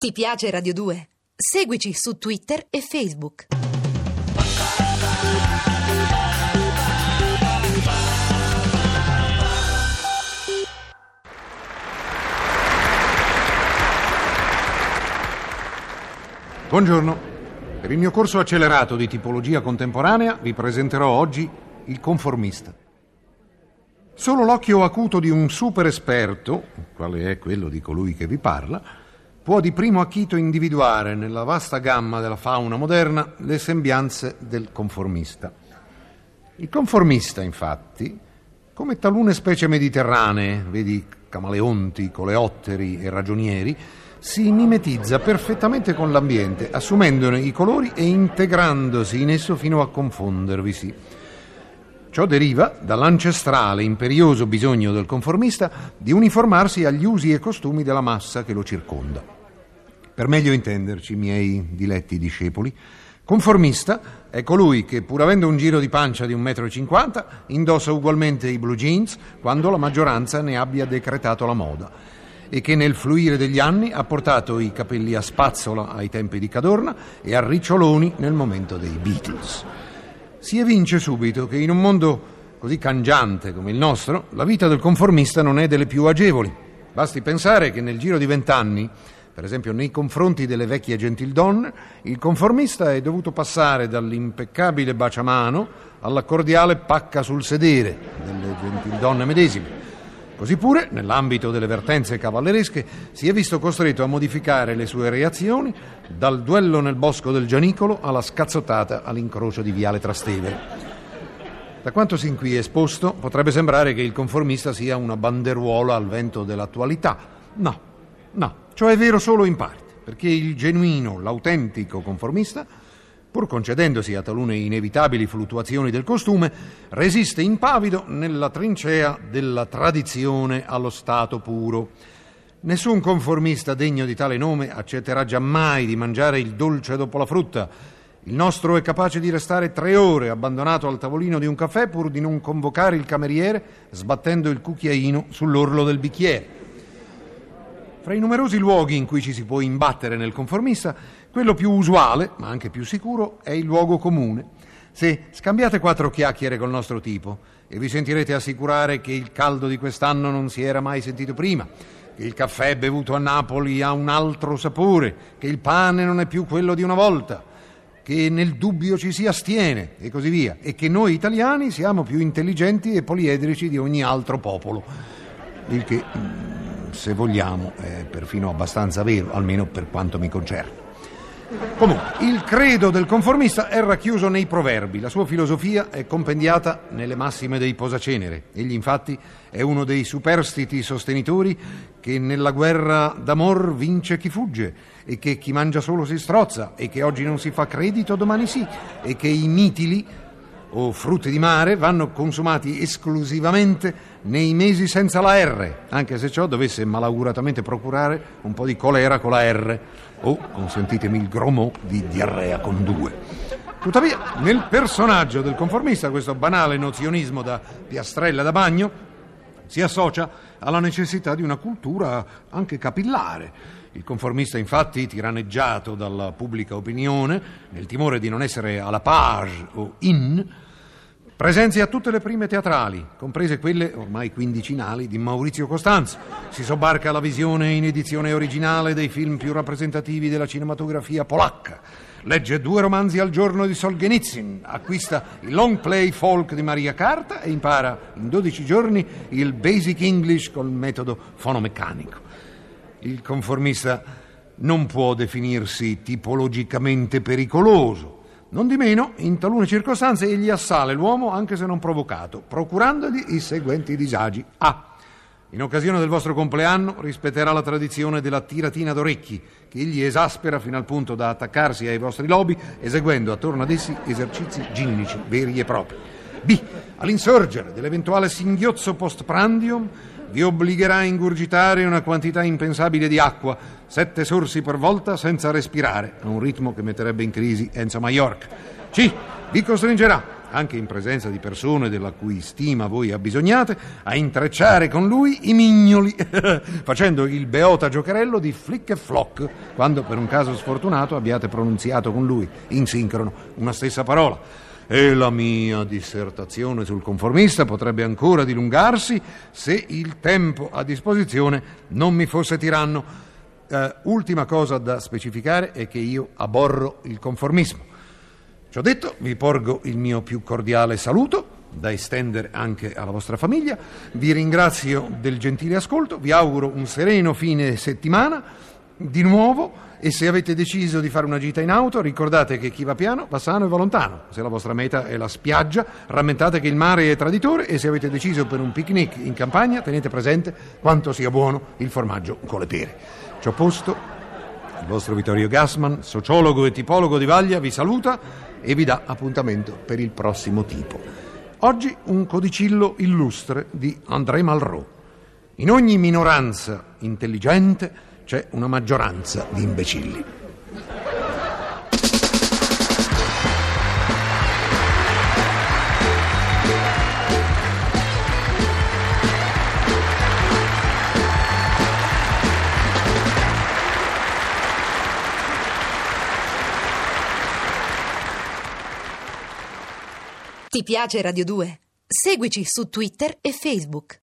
Ti piace Radio 2? Seguici su Twitter e Facebook. Buongiorno. Per il mio corso accelerato di tipologia contemporanea vi presenterò oggi il conformista. Solo l'occhio acuto di un super esperto, quale è quello di colui che vi parla, può di primo acchito individuare nella vasta gamma della fauna moderna le sembianze del conformista. Il conformista, infatti, come talune specie mediterranee, vedi camaleonti, coleotteri e ragionieri, si mimetizza perfettamente con l'ambiente, assumendone i colori e integrandosi in esso fino a confondervisi. Ciò deriva dall'ancestrale imperioso bisogno del conformista di uniformarsi agli usi e costumi della massa che lo circonda. Per meglio intenderci, miei diletti discepoli, conformista è colui che, pur avendo un giro di pancia di 1,50 m, indossa ugualmente i blue jeans quando la maggioranza ne abbia decretato la moda e che nel fluire degli anni ha portato i capelli a spazzola ai tempi di Cadorna e a riccioloni nel momento dei Beatles. Si evince subito che in un mondo così cangiante come il nostro, la vita del conformista non è delle più agevoli. Basti pensare che nel giro di 20 anni, per esempio nei confronti delle vecchie gentildonne, il conformista è dovuto passare dall'impeccabile baciamano alla cordiale pacca sul sedere delle gentildonne medesime. Così pure, nell'ambito delle vertenze cavalleresche, si è visto costretto a modificare le sue reazioni dal duello nel bosco del Gianicolo alla scazzottata all'incrocio di Viale Trastevere. Da quanto sin qui esposto, potrebbe sembrare che il conformista sia una banderuola al vento dell'attualità. No, ciò è vero solo in parte, perché il genuino, l'autentico conformista, pur concedendosi a talune inevitabili fluttuazioni del costume, resiste impavido nella trincea della tradizione allo stato puro. Nessun conformista degno di tale nome accetterà giammai di mangiare il dolce dopo la frutta. Il nostro è capace di restare 3 ore abbandonato al tavolino di un caffè pur di non convocare il cameriere sbattendo il cucchiaino sull'orlo del bicchiere. Fra i numerosi luoghi in cui ci si può imbattere nel conformista, quello più usuale, ma anche più sicuro, è il luogo comune. Se scambiate 4 chiacchiere col nostro tipo e vi sentirete assicurare che il caldo di quest'anno non si era mai sentito prima, che il caffè bevuto a Napoli ha un altro sapore, che il pane non è più quello di una volta, che nel dubbio ci si astiene e così via, e che noi italiani siamo più intelligenti e poliedrici di ogni altro popolo. Il che, se vogliamo, è perfino abbastanza vero, almeno per quanto mi concerne. Comunque, il credo del conformista è racchiuso nei proverbi, la sua filosofia è compendiata nelle massime dei posacenere. Egli infatti è uno dei superstiti sostenitori che nella guerra d'amor vince chi fugge, e che chi mangia solo si strozza, e che oggi non si fa credito, domani sì, e che i mitili o frutti di mare vanno consumati esclusivamente nei mesi senza la R, anche se ciò dovesse malauguratamente procurare un po' di colera con la R o, consentitemi il gros mot, di diarrea con 2. Tuttavia, nel personaggio del conformista questo banale nozionismo da piastrella da bagno si associa alla necessità di una cultura anche capillare. Il conformista, infatti, tiranneggiato dalla pubblica opinione, nel timore di non essere alla page o in, presenzia tutte le prime teatrali, comprese quelle ormai quindicinali di Maurizio Costanzo. Si sobbarca alla visione in edizione originale dei film più rappresentativi della cinematografia polacca. Legge 2 romanzi al giorno di Solzhenitsyn, acquista il long play folk di Maria Carta e impara in 12 giorni il basic English col metodo fonomeccanico. Il conformista non può definirsi tipologicamente pericoloso. Nondimeno, in talune circostanze egli assale l'uomo anche se non provocato, procurandogli i seguenti disagi. A. In occasione del vostro compleanno rispetterà la tradizione della tiratina d'orecchi, che egli esaspera fino al punto da attaccarsi ai vostri lobi, eseguendo attorno ad essi esercizi ginnici veri e propri. B. All'insorgere dell'eventuale singhiozzo postprandium vi obbligherà a ingurgitare una quantità impensabile di acqua, 7 sorsi per volta senza respirare, a un ritmo che metterebbe in crisi Enzo Maiorca. C. Vi costringerà anche in presenza di persone della cui stima voi abbisognate, a intrecciare con lui i mignoli, facendo il beota giocherello di flick e flock, quando per un caso sfortunato abbiate pronunziato con lui, in sincrono, una stessa parola. E la mia dissertazione sul conformista potrebbe ancora dilungarsi se il tempo a disposizione non mi fosse tiranno. Ultima cosa da specificare è che io aborro il conformismo. Ciò detto, vi porgo il mio più cordiale saluto, da estendere anche alla vostra famiglia. Vi ringrazio del gentile ascolto, vi auguro un sereno fine settimana di nuovo, e se avete deciso di fare una gita in auto, ricordate che chi va piano va sano e va lontano. Se la vostra meta è la spiaggia, rammentate che il mare è traditore, e se avete deciso per un picnic in campagna, tenete presente quanto sia buono il formaggio con le pere. Ciò posto, il vostro Vittorio Gassman, sociologo e tipologo di Vaglia, vi saluta e vi dà appuntamento per il prossimo tipo. Oggi un codicillo illustre di André Malraux. In ogni minoranza intelligente c'è una maggioranza di imbecilli. Ti piace Radio 2? Seguici su Twitter e Facebook.